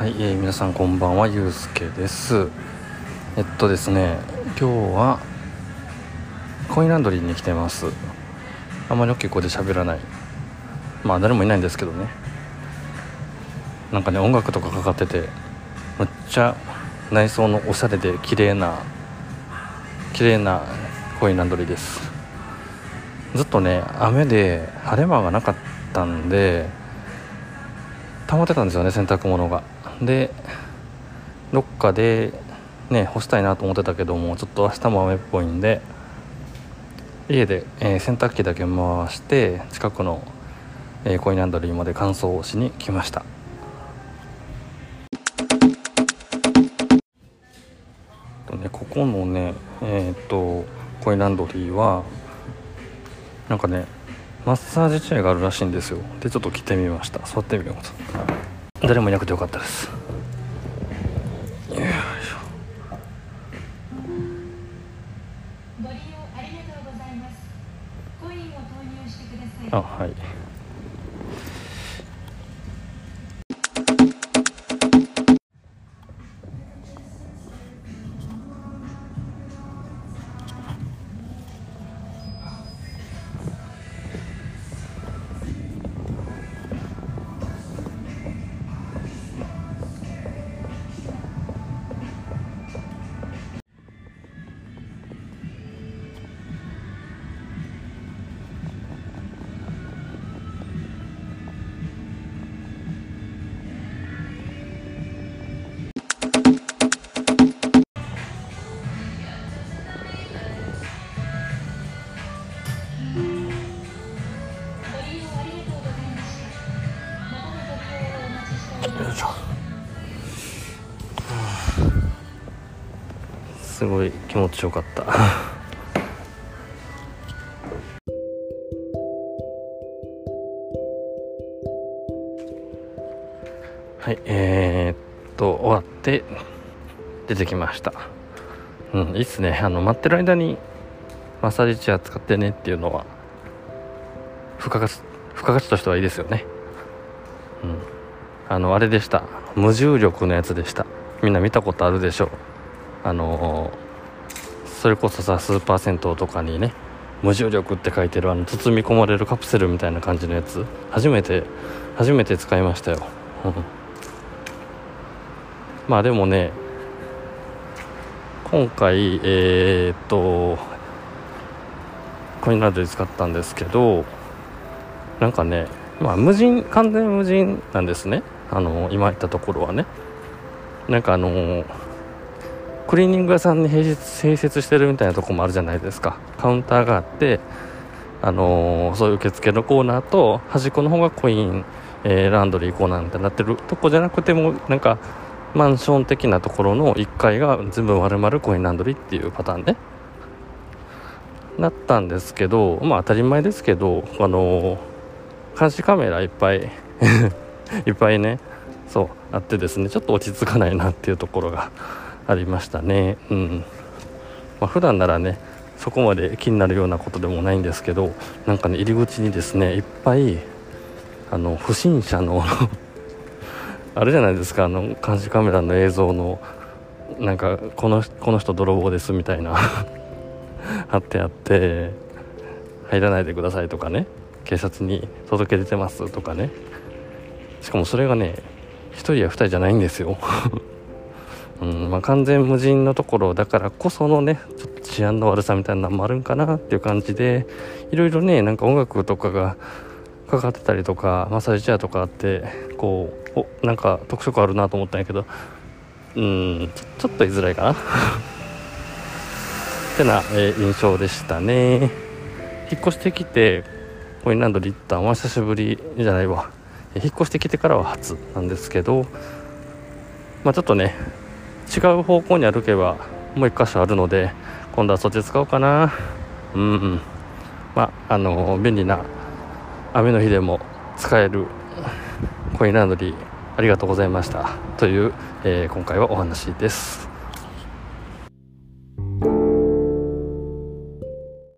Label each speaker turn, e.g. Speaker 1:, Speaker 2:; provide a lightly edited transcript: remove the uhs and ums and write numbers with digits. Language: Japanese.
Speaker 1: はい、皆さんこんばんは、ゆうすけです。ですね、今日はコインランドリーに来てます。あまり大きい声で喋らない、誰もいないんですけどね。なんかね、音楽とかかかっててめっちゃ内装のおしゃれで綺麗なコインランドリーです。ずっとね、雨で晴れ間がなかったんで溜まってたんですよね、洗濯物が。でどっかでね干したいなと思ってたけども、ちょっと明日も雨っぽいんで家で、洗濯機だけ回して近くの、コインランドリーまで乾燥しに来ました。ここのねコインランドリーはなんかねマッサージチェアがあるらしいんですよ。でちょっと来てみました。座ってみようと。誰もいなくてよかったです。よいしょ。
Speaker 2: ご利用ありがとうございます。コインを投入してください。
Speaker 1: はい。よいしょ。すごい気持ちよかったはい、終わって出てきました。いいっすね。待ってる間にマッサージチェア使ってねっていうのは付加価値としてはいいですよね。あれでした。無重力のやつでした。みんな見たことあるでしょう。それこそさ、スーパー銭湯とかにね、無重力って書いてる包み込まれるカプセルみたいな感じのやつ、初めて使いましたよ。でもね、今回コインランドリー使ったんですけど、なんかね、完全無人なんですね。今言ったところはね、なんかクリーニング屋さんに併設してるみたいなところもあるじゃないですか。カウンターがあって、そういう受付のコーナーと端っこの方がコイン、ランドリーコーナーみたいになってるとこじゃなくても、なんかマンション的なところの1階が全部丸々コインランドリーっていうパターンでなったんですけど、当たり前ですけど、監視カメラいっぱいいっぱいね、そうあってですね、ちょっと落ち着かないなっていうところがありましたね。普段ならねそこまで気になるようなことでもないんですけど、なんかね、入り口にですねいっぱい不審者のあるじゃないですか、監視カメラの映像のなんかこの人泥棒ですみたいな貼ってあって、入らないでくださいとかね、警察に届け出てますとかね。しかもそれがね1人や2人じゃないんですよ完全無人のところだからこそのね、ちょっと治安の悪さみたいなのもあるんかなっていう感じで、いろいろね、なんか音楽とかがかかってたりとか、マッサージチェアとかあって、こうなんか特色あるなと思ったんやけど、ちょっと居づらいかなってな、印象でしたね。引っ越してきてコインランドリー行ったんは久しぶりじゃないわ、引っ越してきてからは初なんですけど、ちょっとね違う方向に歩けばもう一箇所あるので、今度はそっち使おうかな。便利な雨の日でも使えるコインランドリーありがとうございましたという、今回はお話です。